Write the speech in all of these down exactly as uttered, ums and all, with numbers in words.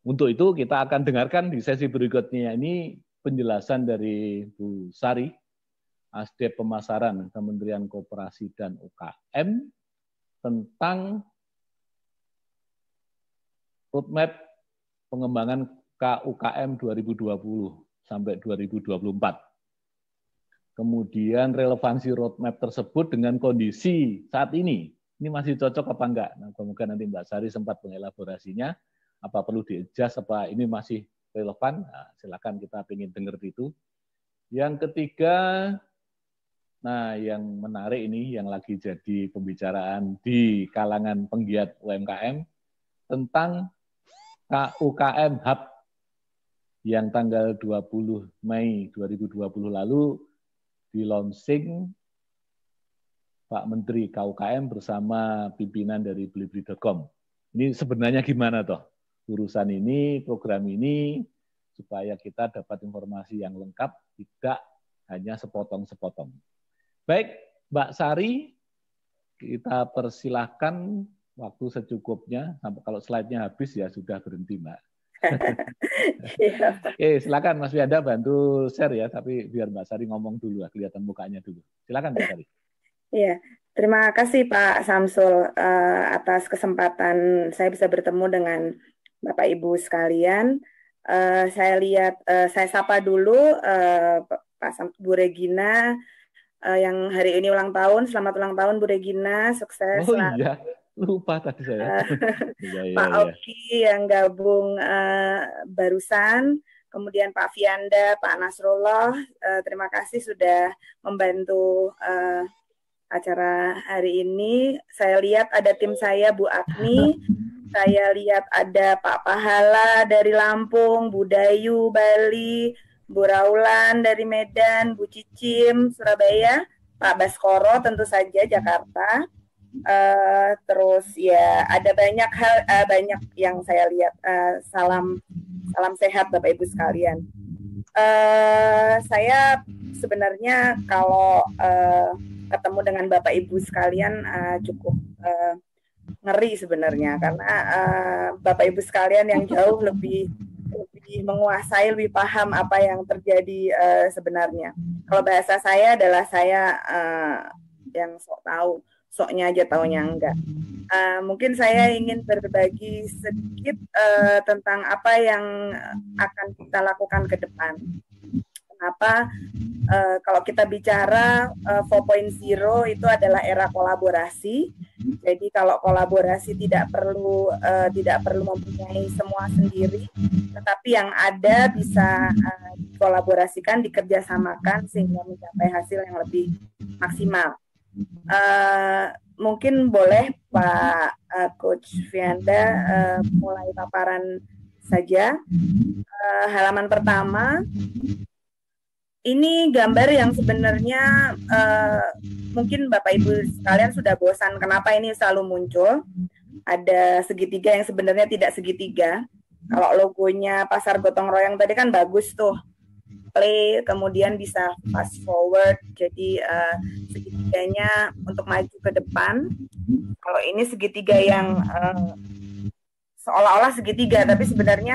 Untuk itu kita akan dengarkan di sesi berikutnya ini penjelasan dari Bu Sari, Asdep Pemasaran Kementerian Koperasi dan U K M tentang roadmap pengembangan K U K M dua ribu dua puluh sampai dua ribu dua puluh empat. Kemudian relevansi roadmap tersebut dengan kondisi saat ini. Ini masih cocok apa enggak? Nah, semoga nanti Mbak Sari sempat mengelaborasinya. Apa perlu di-adjust, apa ini masih relevan? Nah, silakan, kita ingin dengar itu. Yang ketiga, nah yang menarik ini, yang lagi jadi pembicaraan di kalangan penggiat U M K M, tentang K U K M Hub yang tanggal dua puluh Mei dua ribu dua puluh lalu di launching Pak Menteri K U K M bersama pimpinan dari Blibli titik com. Ini sebenarnya gimana toh urusan ini, program ini, supaya kita dapat informasi yang lengkap, tidak hanya sepotong-sepotong. Baik, Mbak Sari, kita persilahkan waktu secukupnya. Sampai kalau slide-nya habis ya sudah berhenti, Mbak. Oke, silakan Mas Wianda bantu share ya, tapi biar Mbak Sari ngomong dulu, kelihatan mukanya dulu. Silakan Mbak Sari. Iya, terima kasih Pak Samsul uh, atas kesempatan saya bisa bertemu dengan Bapak Ibu sekalian. Uh, saya lihat, uh, saya sapa dulu uh, Pak Sam, Bu Regina uh, yang hari ini ulang tahun. Selamat ulang tahun Bu Regina, sukses. Oh iya, lupa tadi saya. Uh, ya, ya, Pak ya. Oki yang gabung uh, barusan. Kemudian Pak Fianda, Pak Nasrullah, uh, terima kasih sudah membantu uh, acara hari ini. Saya lihat ada tim saya, Bu Agni, saya lihat ada Pak Pahala dari Lampung, Bu Dayu, Bali, Bu Raulan dari Medan, Bu Cicim, Surabaya, Pak Baskoro tentu saja Jakarta. Uh, terus ya ada banyak hal, uh, banyak yang saya lihat. Uh, salam, salam sehat Bapak Ibu sekalian. Uh, saya sebenarnya kalau uh, ketemu dengan Bapak Ibu sekalian uh, cukup uh, ngeri sebenarnya, karena uh, Bapak Ibu sekalian yang jauh lebih lebih menguasai, lebih paham apa yang terjadi uh, sebenarnya. Kalau bahasa saya adalah saya uh, yang sok tahu, soknya aja taunya enggak. Uh, mungkin saya ingin berbagi sedikit uh, tentang apa yang akan kita lakukan ke depan. Kenapa uh, kalau kita bicara uh, empat titik nol itu adalah era kolaborasi. Jadi kalau kolaborasi tidak perlu uh, tidak perlu mempunyai semua sendiri, tetapi yang ada bisa uh, dikolaborasikan, dikerjasamakan sehingga mencapai hasil yang lebih maksimal. Uh, mungkin boleh Pak uh, Coach Fianda uh, mulai paparan saja. Uh, halaman pertama. Ini gambar yang sebenarnya uh, mungkin Bapak Ibu sekalian sudah bosan kenapa ini selalu muncul. Ada segitiga yang sebenarnya tidak segitiga. Kalau logonya Pasar Gotong Royong tadi kan bagus tuh. Play, kemudian bisa fast forward. Jadi uh, segitiganya untuk maju ke depan. Kalau ini segitiga yang uh, seolah-olah segitiga, tapi sebenarnya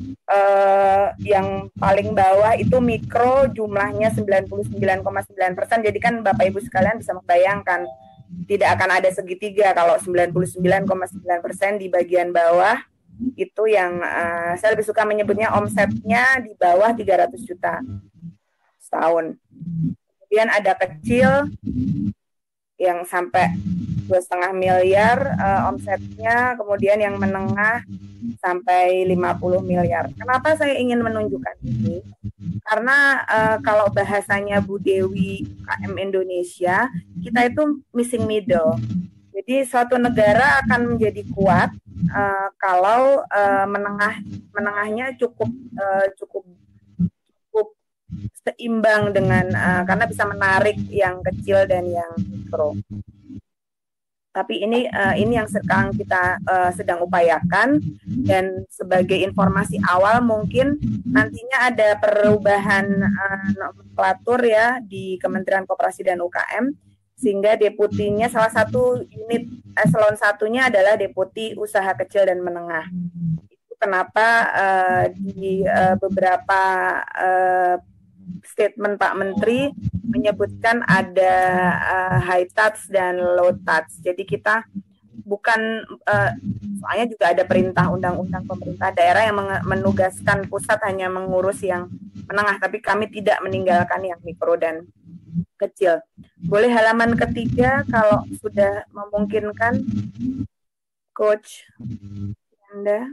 Uh, yang paling bawah itu mikro, jumlahnya sembilan puluh sembilan koma sembilan persen. Jadi kan Bapak Ibu sekalian bisa membayangkan tidak akan ada segitiga kalau sembilan puluh sembilan koma sembilan persen di bagian bawah itu yang uh, saya lebih suka menyebutnya omsetnya di bawah tiga ratus juta setahun. Kemudian ada kecil yang sampai dua setengah miliar uh, omsetnya, kemudian yang menengah sampai lima puluh miliar. Kenapa saya ingin menunjukkan ini? Karena uh, kalau bahasanya Bu Dewi U K M Indonesia, kita itu missing middle. Jadi suatu negara akan menjadi kuat uh, kalau uh, menengah menengahnya cukup uh, cukup cukup seimbang dengan uh, karena bisa menarik yang kecil dan yang mikro. Tapi ini uh, ini yang sekarang kita uh, sedang upayakan, dan sebagai informasi awal mungkin nantinya ada perubahan uh, nomenklatur ya di Kementerian Koperasi dan U K M, sehingga deputinya salah satu unit eselon satunya adalah deputi usaha kecil dan menengah. Itu kenapa uh, di uh, beberapa uh, statement Pak Menteri menyebutkan ada uh, high touch dan low touch. Jadi kita bukan, uh, soalnya juga ada perintah undang-undang pemerintah daerah yang menugaskan pusat hanya mengurus yang menengah, tapi kami tidak meninggalkan yang mikro dan kecil. Boleh halaman ketiga kalau sudah memungkinkan, Coach Anda.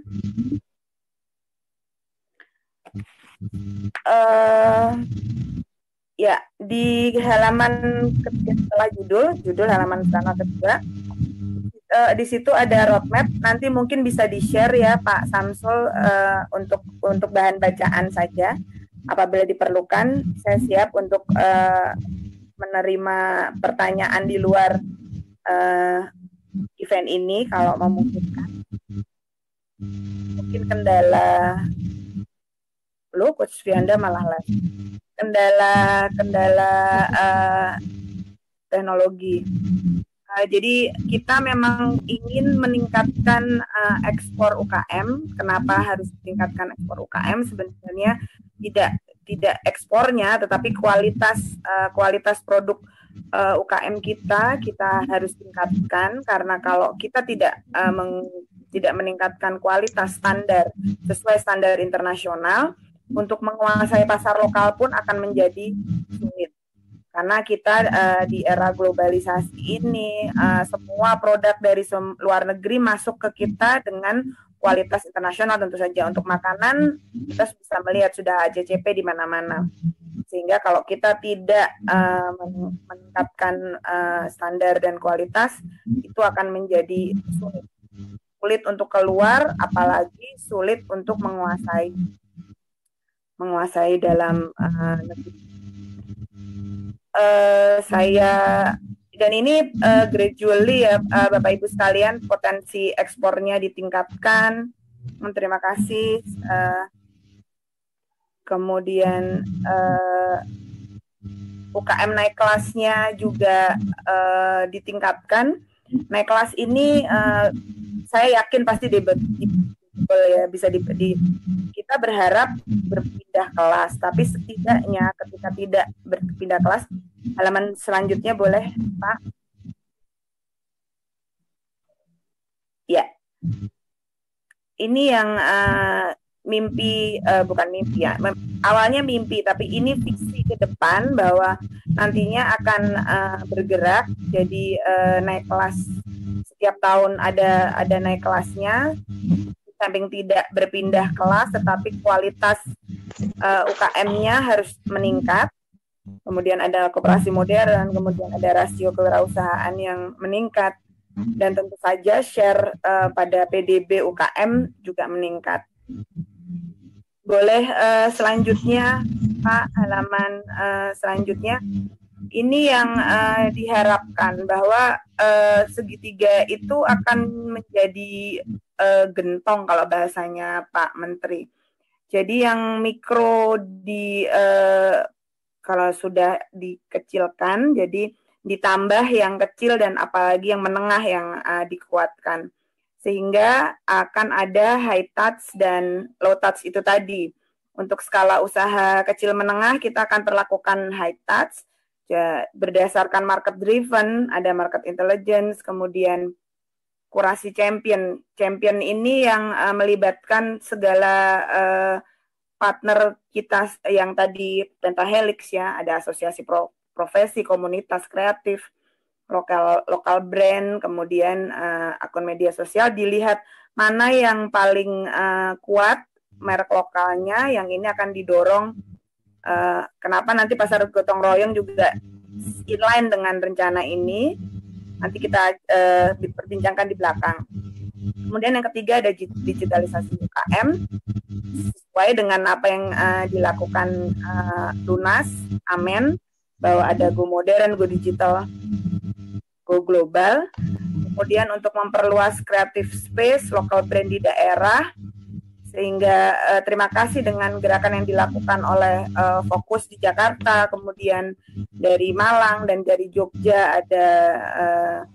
Uh, ya, di halaman ketiga setelah judul, judul halaman sana ketiga, uh, di situ ada roadmap. Nanti mungkin bisa di-share ya Pak Samsul uh, untuk untuk bahan bacaan saja. Apabila diperlukan, saya siap untuk uh, menerima pertanyaan di luar uh, event ini kalau memungkinkan. Mungkin kendala, lo Coach Fianda malah lagi. Kendala kendala uh, teknologi. Uh, jadi kita memang ingin meningkatkan uh, ekspor U K M. Kenapa harus meningkatkan ekspor U K M? Sebenarnya tidak tidak ekspornya, tetapi kualitas uh, kualitas produk uh, U K M kita kita harus tingkatkan, karena kalau kita tidak uh, meng, tidak meningkatkan kualitas standar sesuai standar internasional, untuk menguasai pasar lokal pun akan menjadi sulit. Karena kita uh, di era globalisasi ini, uh, semua produk dari luar negeri masuk ke kita dengan kualitas internasional tentu saja. Untuk makanan, kita bisa melihat sudah A J C P di mana-mana. Sehingga kalau kita tidak uh, meningkatkan uh, standar dan kualitas, itu akan menjadi sulit. Sulit untuk keluar, apalagi sulit untuk menguasai menguasai dalam uh, negeri. Uh, saya dan ini uh, gradually ya uh, Bapak Ibu sekalian, potensi ekspornya ditingkatkan. Terima kasih. Uh, kemudian uh, U K M naik kelasnya juga uh, ditingkatkan. Naik kelas ini uh, saya yakin pasti di, di ya bisa di, di kita berharap berpindah kelas, tapi setidaknya ketika tidak berpindah kelas, halaman selanjutnya boleh Pak. Ya, ini yang uh, mimpi uh, bukan mimpi ya, awalnya mimpi, tapi ini visi ke depan bahwa nantinya akan uh, bergerak, jadi uh, naik kelas setiap tahun ada ada naik kelasnya. Samping tidak berpindah kelas, tetapi kualitas uh, U K M-nya harus meningkat. Kemudian ada koperasi modern, kemudian ada rasio kewirausahaan yang meningkat, dan tentu saja share uh, pada P D B U K M juga meningkat. Boleh uh, selanjutnya, Pak, halaman uh, selanjutnya. Ini yang uh, diharapkan bahwa uh, segitiga itu akan menjadi uh, gentong kalau bahasanya Pak Menteri. Jadi yang mikro di uh, kalau sudah dikecilkan, jadi ditambah yang kecil dan apalagi yang menengah yang uh, dikuatkan. Sehingga akan ada high touch dan low touch itu tadi. Untuk skala usaha kecil menengah kita akan perlakukan high touch. Ya, berdasarkan market driven, ada market intelligence, kemudian kurasi champion. Champion ini yang uh, melibatkan segala uh, partner kita yang tadi pentahelix ya, ada asosiasi pro, profesi, komunitas kreatif, lokal lokal brand, kemudian uh, akun media sosial, dilihat mana yang paling uh, kuat merek lokalnya, yang ini akan didorong. Uh, kenapa nanti pasar gotong royong juga inline dengan rencana ini, nanti kita uh, diperbincangkan di belakang. Kemudian yang ketiga ada digitalisasi U K M, sesuai dengan apa yang uh, dilakukan uh, Lunas, Amen, bahwa ada go modern, go digital, go global. Kemudian untuk memperluas creative space, local brand di daerah, sehingga uh, terima kasih dengan gerakan yang dilakukan oleh uh, Fokus di Jakarta, kemudian dari Malang dan dari Jogja ada uh,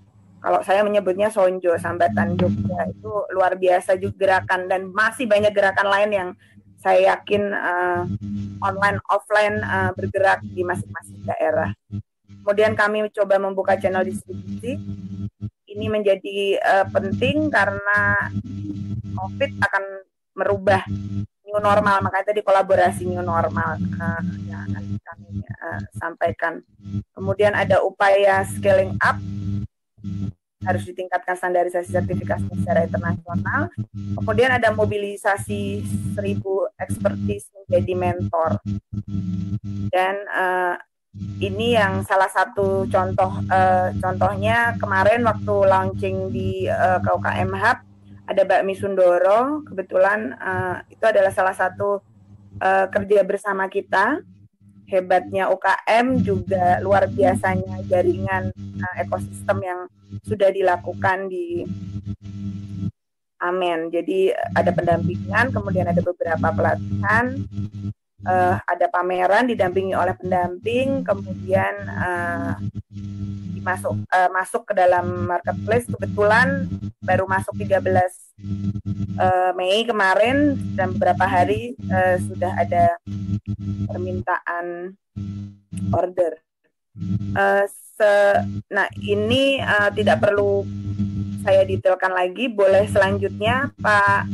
kalau saya menyebutnya Sonjo, Sambatan Jogja, itu luar biasa juga gerakan, dan masih banyak gerakan lain yang saya yakin uh, online offline uh, bergerak di masing-masing daerah. Kemudian kami coba membuka channel distribusi. Ini menjadi uh, penting karena COVID akan merubah new normal, makanya tadi kolaborasi new normal uh, yang akan kami uh, sampaikan. Kemudian ada upaya scaling up, harus ditingkatkan standarisasi sertifikasi secara internasional. Kemudian ada mobilisasi seribu expertise menjadi mentor. Dan uh, ini yang salah satu contoh uh, contohnya kemarin waktu launching di uh, K U K M Hub, ada Mbak Misundoro, kebetulan uh, itu adalah salah satu uh, kerja bersama kita. Hebatnya U K M juga luar biasanya jaringan uh, ekosistem yang sudah dilakukan di Amen. Jadi ada pendampingan, kemudian ada beberapa pelatihan, uh, ada pameran didampingi oleh pendamping, kemudian uh, masuk uh, masuk ke dalam marketplace. Kebetulan baru masuk tiga belas uh, Mei kemarin, dan beberapa hari uh, sudah ada permintaan order. Uh, se nah ini uh, tidak perlu saya detailkan lagi. Boleh selanjutnya Pak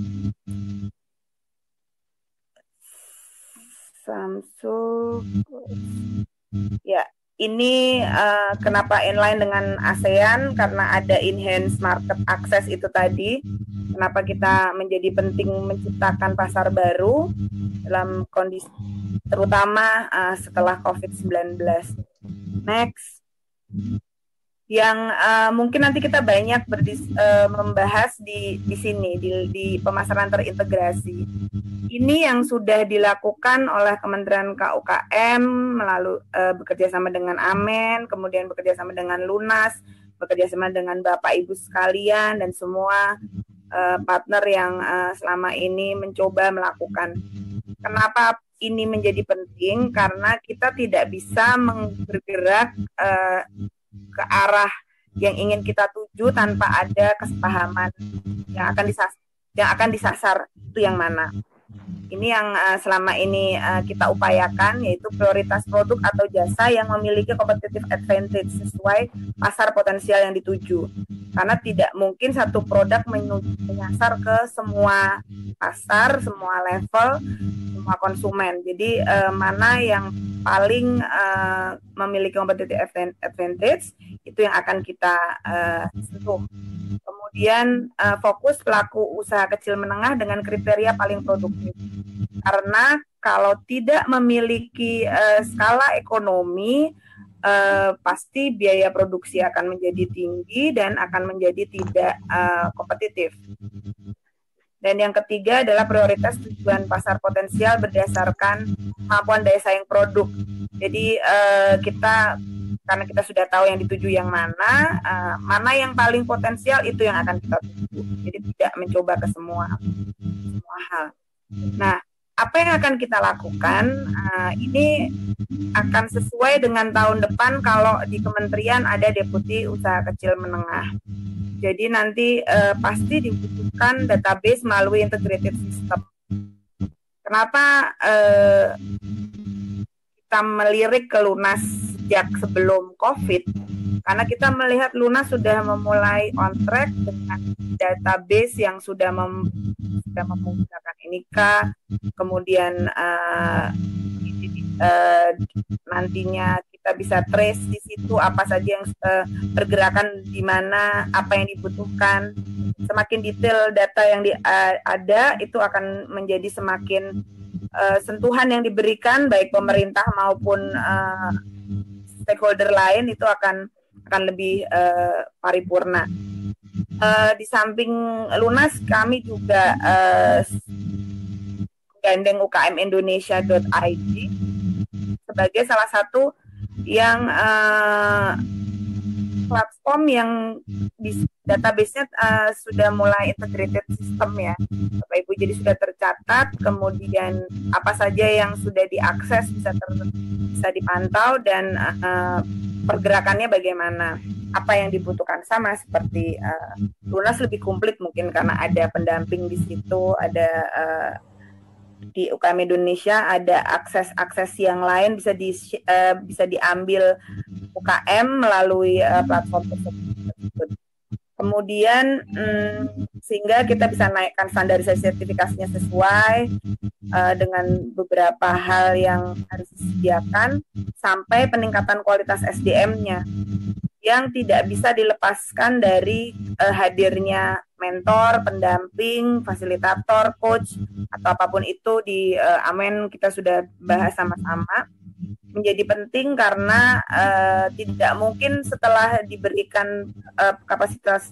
Samsul. Ya, ini uh, kenapa inline dengan ASEAN, karena ada enhanced market access itu tadi. Kenapa kita menjadi penting menciptakan pasar baru dalam kondisi terutama uh, setelah COVID sembilan belas. Next. Yang uh, mungkin nanti kita banyak berdis, uh, membahas di di sini di, di pemasaran terintegrasi. Ini yang sudah dilakukan oleh Kementerian K U K M melalui uh, bekerja sama dengan Amen, kemudian bekerja sama dengan Lunas, bekerja sama dengan Bapak Ibu sekalian dan semua uh, partner yang uh, selama ini mencoba melakukan. Kenapa ini menjadi penting? Karena kita tidak bisa bergerak uh, ke arah yang ingin kita tuju tanpa ada kesepahaman yang akan disasar, yang akan disasar itu yang mana. Ini yang uh, selama ini uh, kita upayakan, yaitu prioritas produk atau jasa yang memiliki competitive advantage sesuai pasar potensial yang dituju. Karena tidak mungkin satu produk menyasar ke semua pasar, semua level, semua konsumen. Jadi uh, mana yang paling uh, memiliki competitive advantage itu yang akan kita uh, sentuh. Kemudian uh, fokus pelaku usaha kecil menengah dengan kriteria paling produktif. Karena kalau tidak memiliki uh, skala ekonomi, uh, pasti biaya produksi akan menjadi tinggi dan akan menjadi tidak uh, kompetitif. Dan yang ketiga adalah prioritas tujuan pasar potensial berdasarkan kemampuan daya saing produk. Jadi uh, kita karena kita sudah tahu yang dituju yang mana, uh, mana yang paling potensial itu yang akan kita tuju. Jadi tidak mencoba ke semua semua hal. Nah, apa yang akan kita lakukan? Uh, ini akan sesuai dengan tahun depan kalau di kementerian ada deputi usaha kecil menengah. Jadi nanti uh, pasti dibutuhkan database melalui integrated system. Kenapa uh, kita melirik ke Lunas sejak sebelum COVID? Karena kita melihat Lunas sudah memulai on track dengan database yang sudah mem, sudah memudahkan Inika, kemudian uh, uh, nantinya kita bisa trace di situ apa saja yang uh, pergerakan di mana, apa yang dibutuhkan. Semakin detail data yang di, uh, ada, itu akan menjadi semakin uh, sentuhan yang diberikan baik pemerintah maupun uh, stakeholder lain itu akan akan lebih uh, paripurna. Uh, di samping Lunas, kami juga uh, gandeng U K M Indonesia dot I D sebagai salah satu yang uh, platform yang database-nya uh, sudah mulai integrated system ya, Bapak Ibu. Jadi sudah tercatat, kemudian apa saja yang sudah diakses bisa ter, bisa dipantau dan uh, pergerakannya bagaimana, apa yang dibutuhkan, sama seperti uh, Lunas lebih komplit mungkin karena ada pendamping di situ, ada uh, di U K M Indonesia ada akses-akses yang lain bisa di uh, bisa diambil U K M melalui uh, platform tersebut. Kemudian hmm, sehingga kita bisa naikkan standarisasi sertifikasinya sesuai uh, dengan beberapa hal yang harus disediakan sampai peningkatan kualitas S D M-nya yang tidak bisa dilepaskan dari uh, hadirnya mentor, pendamping, fasilitator, coach atau apapun itu di uh, Amen kita sudah bahas sama-sama. Menjadi penting karena uh, tidak mungkin setelah diberikan uh, kapasitas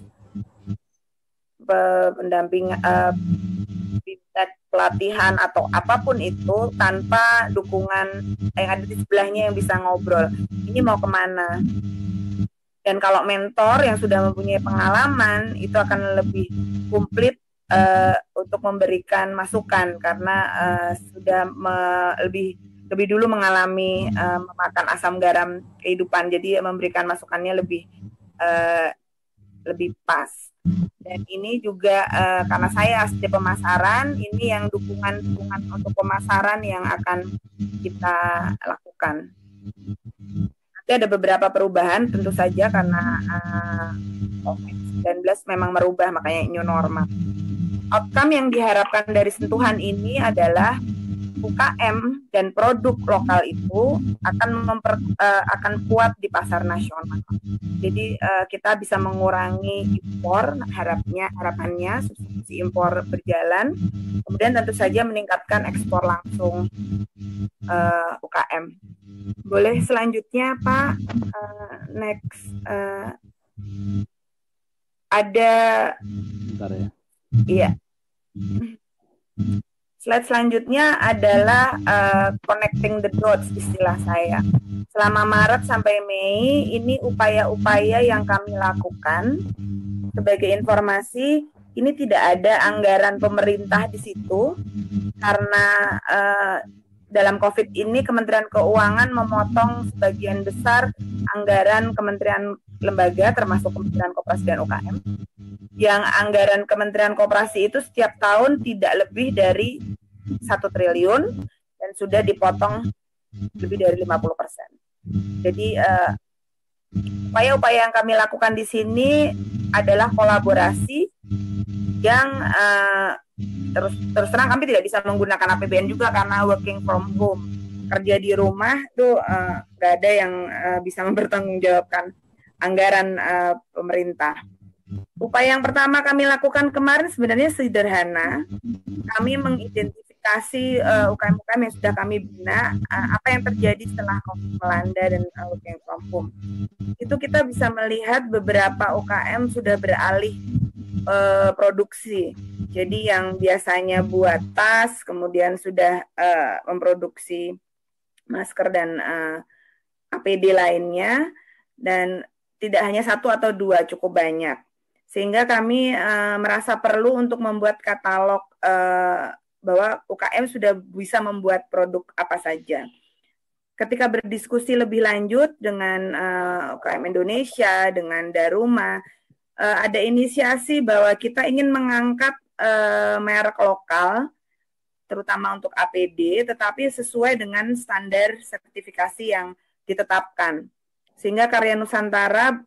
uh, pendamping uh, pelatihan atau apapun itu tanpa dukungan yang ada di sebelahnya yang bisa ngobrol. Ini mau kemana? Dan kalau mentor yang sudah mempunyai pengalaman itu akan lebih komplit uh, untuk memberikan masukan karena uh, sudah me- lebih lebih dulu mengalami uh, memakan asam garam kehidupan, jadi memberikan masukannya lebih uh, lebih pas. Dan ini juga uh, karena saya asli pemasaran, ini yang dukungan-dukungan untuk pemasaran yang akan kita lakukan. Nanti ada beberapa perubahan tentu saja karena uh, covid sembilan belas memang merubah, makanya new normal. Outcome yang diharapkan dari sentuhan ini adalah U K M dan produk lokal itu akan memper, uh, akan kuat di pasar nasional. Jadi uh, kita bisa mengurangi impor, harapnya harapannya substitusi impor berjalan. Kemudian tentu saja meningkatkan ekspor langsung uh, U K M. Boleh selanjutnya Pak, uh, next uh, ada. Bentar ya. Iya. Slide selanjutnya adalah uh, connecting the dots istilah saya. Selama Maret sampai Mei ini upaya-upaya yang kami lakukan. Sebagai informasi, ini tidak ada anggaran pemerintah di situ karena uh, dalam COVID ini Kementerian Keuangan memotong sebagian besar anggaran kementerian lembaga termasuk Kementerian Koperasi dan U K M. Yang anggaran Kementerian Koperasi itu setiap tahun tidak lebih dari satu triliun dan sudah dipotong lebih dari lima puluh persen. Jadi uh, upaya-upaya yang kami lakukan di sini adalah kolaborasi yang uh, terus terus terang kami tidak bisa menggunakan A P B N juga karena working from home, kerja di rumah tuh uh, gak ada yang uh, bisa mempertanggungjawabkan anggaran uh, pemerintah. Upaya yang pertama kami lakukan kemarin sebenarnya sederhana. Kami mengidentifikasi uh, U K M-U K M yang sudah kami bina, uh, apa yang terjadi setelah COVID melanda dan uh, working from home. Itu kita bisa melihat beberapa U K M sudah beralih uh, produksi. Jadi yang biasanya buat tas, kemudian sudah uh, memproduksi masker dan uh, A P D lainnya, dan tidak hanya satu atau dua, cukup banyak. Sehingga kami uh, merasa perlu untuk membuat katalog uh, bahwa U K M sudah bisa membuat produk apa saja. Ketika berdiskusi lebih lanjut dengan uh, U K M Indonesia, dengan Daruma, uh, ada inisiasi bahwa kita ingin mengangkat uh, merek lokal, terutama untuk A P D, tetapi sesuai dengan standar sertifikasi yang ditetapkan. Sehingga Karya Nusantara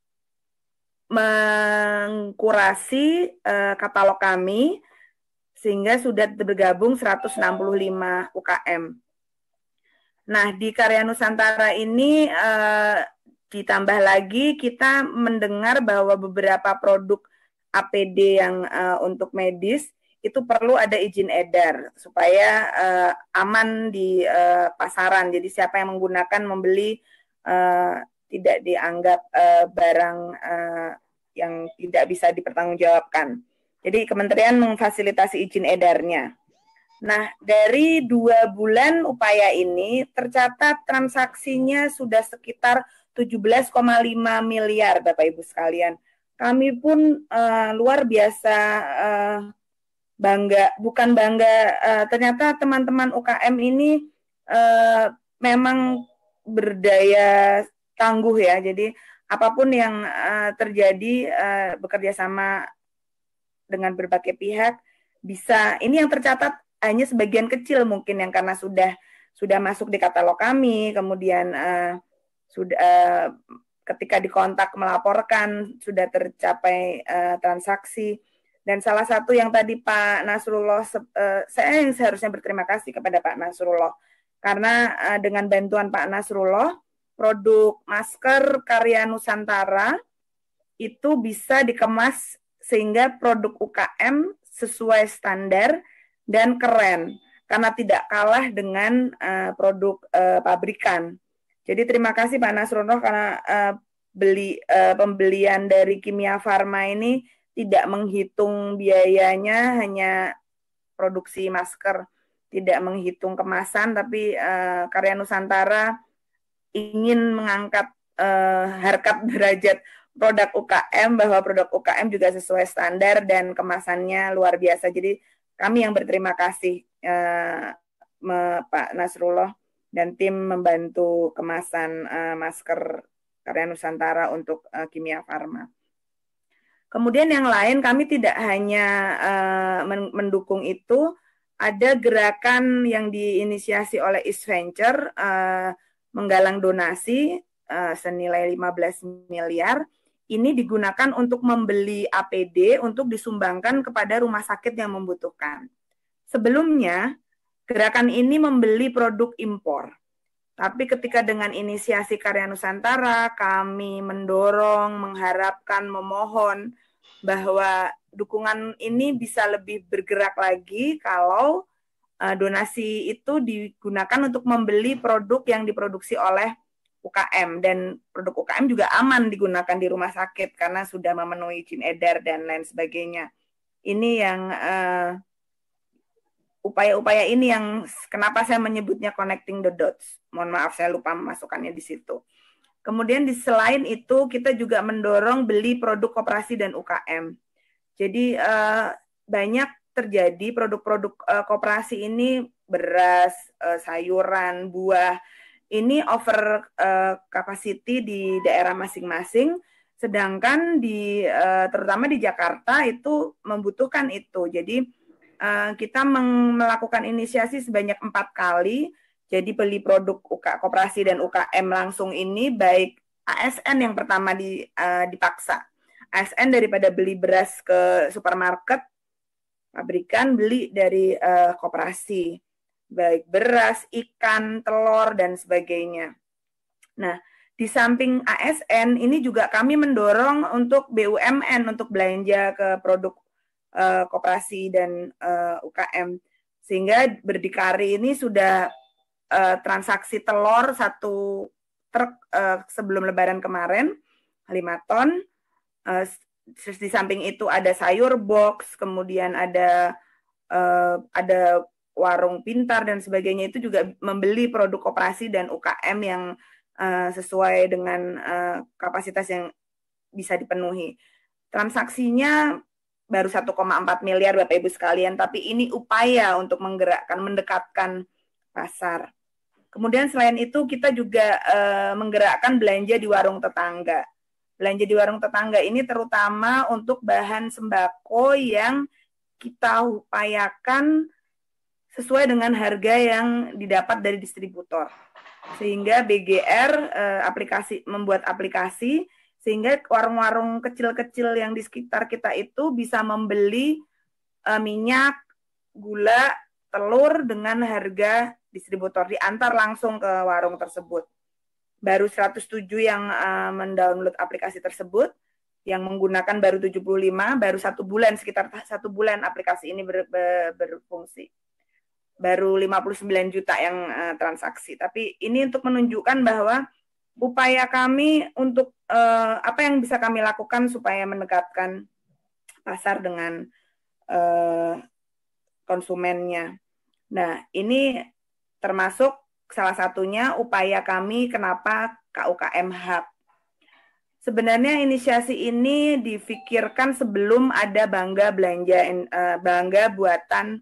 mengkurasi uh, katalog kami sehingga sudah bergabung seratus enam puluh lima U K M. Nah, di Karya Nusantara ini uh, ditambah lagi kita mendengar bahwa beberapa produk A P D yang uh, untuk medis itu perlu ada izin edar supaya uh, aman di uh, pasaran. Jadi siapa yang menggunakan membeli uh, tidak dianggap uh, barang uh, yang tidak bisa dipertanggungjawabkan. Jadi kementerian memfasilitasi izin edarnya. Nah, dari dua bulan upaya ini tercatat transaksinya sudah sekitar tujuh belas koma lima miliar, Bapak Ibu sekalian. Kami pun uh, luar biasa uh, bangga, bukan bangga, uh, ternyata teman-teman U K M ini uh, memang berdaya tangguh ya. Jadi apapun yang uh, terjadi uh, bekerja sama dengan berbagai pihak bisa. Ini yang tercatat hanya sebagian kecil mungkin yang karena sudah sudah masuk di katalog kami, kemudian uh, sudah uh, ketika dikontak melaporkan sudah tercapai uh, transaksi. Dan salah satu yang tadi Pak Nasrullah, uh, saya yang seharusnya berterima kasih kepada Pak Nasrullah karena uh, dengan bantuan Pak Nasrullah produk masker karya Nusantara itu bisa dikemas sehingga produk U K M sesuai standar dan keren karena tidak kalah dengan uh, produk uh, pabrikan. Jadi terima kasih Pak Nasrullah karena uh, beli uh, pembelian dari Kimia Farma ini tidak menghitung biayanya, hanya produksi masker, tidak menghitung kemasan, tapi uh, karya Nusantara ingin mengangkat uh, harkat derajat produk U K M, bahwa produk U K M juga sesuai standar dan kemasannya luar biasa. Jadi kami yang berterima kasih uh, me, Pak Nasrullah dan tim membantu kemasan uh, masker karya Nusantara untuk uh, Kimia Farma. Kemudian yang lain kami tidak hanya uh, mendukung itu, ada gerakan yang diinisiasi oleh East Venture uh, menggalang donasi uh, senilai lima belas miliar. Ini digunakan untuk membeli A P D untuk disumbangkan kepada rumah sakit yang membutuhkan. Sebelumnya, gerakan ini membeli produk impor. Tapi ketika dengan inisiasi Karya Nusantara, kami mendorong, mengharapkan, memohon bahwa dukungan ini bisa lebih bergerak lagi kalau uh, donasi itu digunakan untuk membeli produk yang diproduksi oleh U K M, dan produk U K M juga aman digunakan di rumah sakit karena sudah memenuhi izin edar dan lain sebagainya. Ini yang uh, upaya-upaya ini yang kenapa saya menyebutnya connecting the dots. Mohon maaf saya lupa memasukkannya di situ. Kemudian di selain itu kita juga mendorong beli produk koperasi dan U K M. Jadi uh, banyak terjadi produk-produk uh, koperasi ini, beras, uh, sayuran, buah, ini over uh, capacity di daerah masing-masing, sedangkan di uh, terutama di Jakarta itu membutuhkan itu. Jadi uh, kita melakukan inisiasi sebanyak empat kali. Jadi beli produk U K, koperasi dan U K M langsung ini, baik A S N yang pertama di, uh, dipaksa. A S N daripada beli beras ke supermarket, pabrikan beli dari uh, koperasi. Baik beras, ikan, telur, dan sebagainya. Nah, di samping A S N, ini juga kami mendorong untuk B U M N untuk belanja ke produk uh, koperasi dan uh, U K M. Sehingga berdikari ini sudah uh, transaksi telur satu truk uh, sebelum lebaran kemarin, lima ton. Uh, di samping itu ada sayur box, kemudian ada uh, ada warung pintar dan sebagainya, itu juga membeli produk koperasi dan U K M yang uh, sesuai dengan uh, kapasitas yang bisa dipenuhi. Transaksinya baru satu koma empat miliar Bapak Ibu sekalian, tapi ini upaya untuk menggerakkan, mendekatkan pasar. Kemudian selain itu kita juga uh, menggerakkan belanja di warung tetangga. Belanja di warung tetangga ini terutama untuk bahan sembako yang kita upayakan sesuai dengan harga yang didapat dari distributor. Sehingga B G R eh, aplikasi membuat aplikasi sehingga warung-warung kecil-kecil yang di sekitar kita itu bisa membeli eh, minyak, gula, telur dengan harga distributor, diantar langsung ke warung tersebut. Baru seratus tujuh yang uh, mendownload aplikasi tersebut, yang menggunakan baru tujuh puluh lima, baru satu bulan, sekitar satu bulan aplikasi ini ber, ber, berfungsi. Baru lima puluh sembilan juta yang uh, transaksi. Tapi ini untuk menunjukkan bahwa upaya kami untuk uh, apa yang bisa kami lakukan supaya mendekatkan pasar dengan uh, konsumennya. Nah, ini termasuk salah satunya upaya kami kenapa K U K M Hub. Sebenarnya inisiasi ini difikirkan sebelum ada Bangga Belanja Bangga Buatan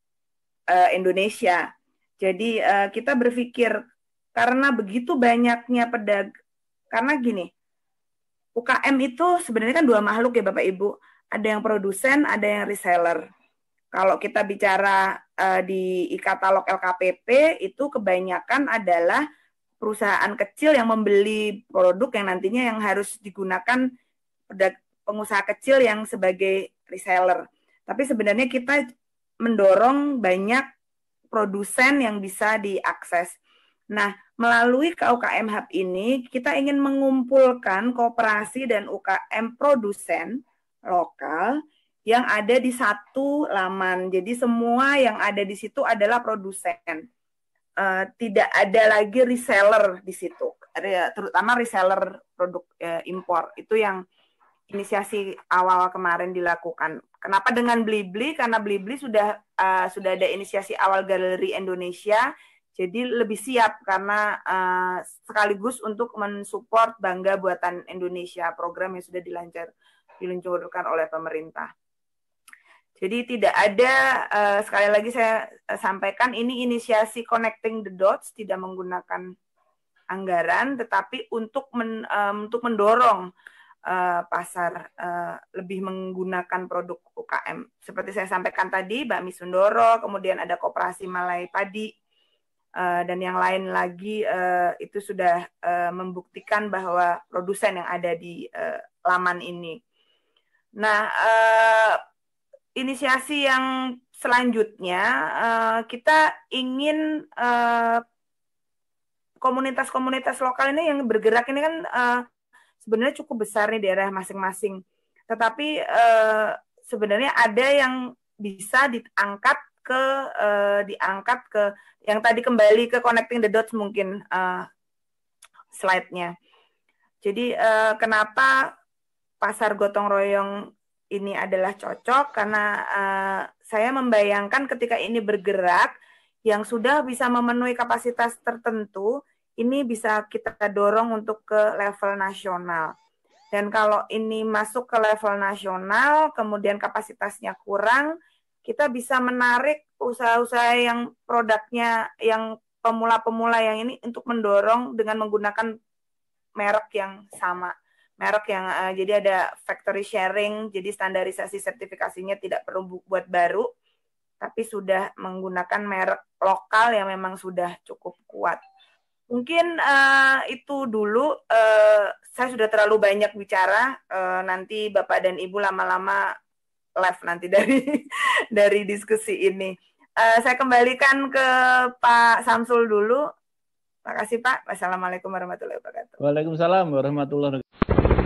Indonesia. Jadi kita berpikir karena begitu banyaknya pedag Karena gini, U K M itu sebenarnya kan dua makhluk ya Bapak Ibu. Ada yang produsen, ada yang reseller. Kalau kita bicara uh, di e-katalog L K P P, itu kebanyakan adalah perusahaan kecil yang membeli produk yang nantinya yang harus digunakan pengusaha kecil yang sebagai reseller. Tapi sebenarnya kita mendorong banyak produsen yang bisa diakses. Nah, melalui K U K M Hub ini, kita ingin mengumpulkan koperasi dan U K M produsen lokal yang ada di satu laman. Jadi semua yang ada di situ adalah produsen. Uh, tidak ada lagi reseller di situ, terutama reseller produk uh, impor. Itu yang inisiasi awal kemarin dilakukan. Kenapa dengan Blibli? Karena Blibli sudah uh, sudah ada inisiasi awal Galeri Indonesia. Jadi lebih siap karena uh, sekaligus untuk mensupport Bangga Buatan Indonesia, program yang sudah dilancar, diluncurkan oleh pemerintah. Jadi tidak ada, uh, sekali lagi saya sampaikan, ini inisiasi Connecting the Dots, tidak menggunakan anggaran, tetapi untuk men, um, untuk mendorong uh, pasar uh, lebih menggunakan produk U K M. Seperti saya sampaikan tadi, Bakmi Sundoro, kemudian ada Koperasi Malai Padi, Uh, dan yang lain lagi uh, itu sudah uh, membuktikan bahwa produsen yang ada di uh, laman ini. Nah, uh, inisiasi yang selanjutnya uh, kita ingin uh, komunitas-komunitas lokal ini yang bergerak ini kan uh, sebenarnya cukup besar nih daerah masing-masing. Tetapi uh, sebenarnya ada yang bisa diangkat ke uh, diangkat ke yang tadi kembali ke Connecting the Dots mungkin uh, slide-nya. Jadi uh, kenapa pasar gotong royong ini adalah cocok? Karena uh, saya membayangkan ketika ini bergerak yang sudah bisa memenuhi kapasitas tertentu, ini bisa kita dorong untuk ke level nasional. Dan kalau ini masuk ke level nasional, kemudian kapasitasnya kurang, kita bisa menarik usaha-usaha yang produknya yang pemula-pemula yang ini untuk mendorong dengan menggunakan merek yang sama. Merek yang uh, jadi ada factory sharing, jadi standarisasi sertifikasinya tidak perlu buat baru, tapi sudah menggunakan merek lokal yang memang sudah cukup kuat. Mungkin uh, itu dulu, uh, saya sudah terlalu banyak bicara, uh, nanti Bapak dan Ibu lama-lama live nanti dari dari diskusi ini. Uh, saya kembalikan ke Pak Samsul dulu. Terima kasih Pak. Wassalamualaikum warahmatullahi wabarakatuh. Waalaikumsalam warahmatullahi wabarakatuh.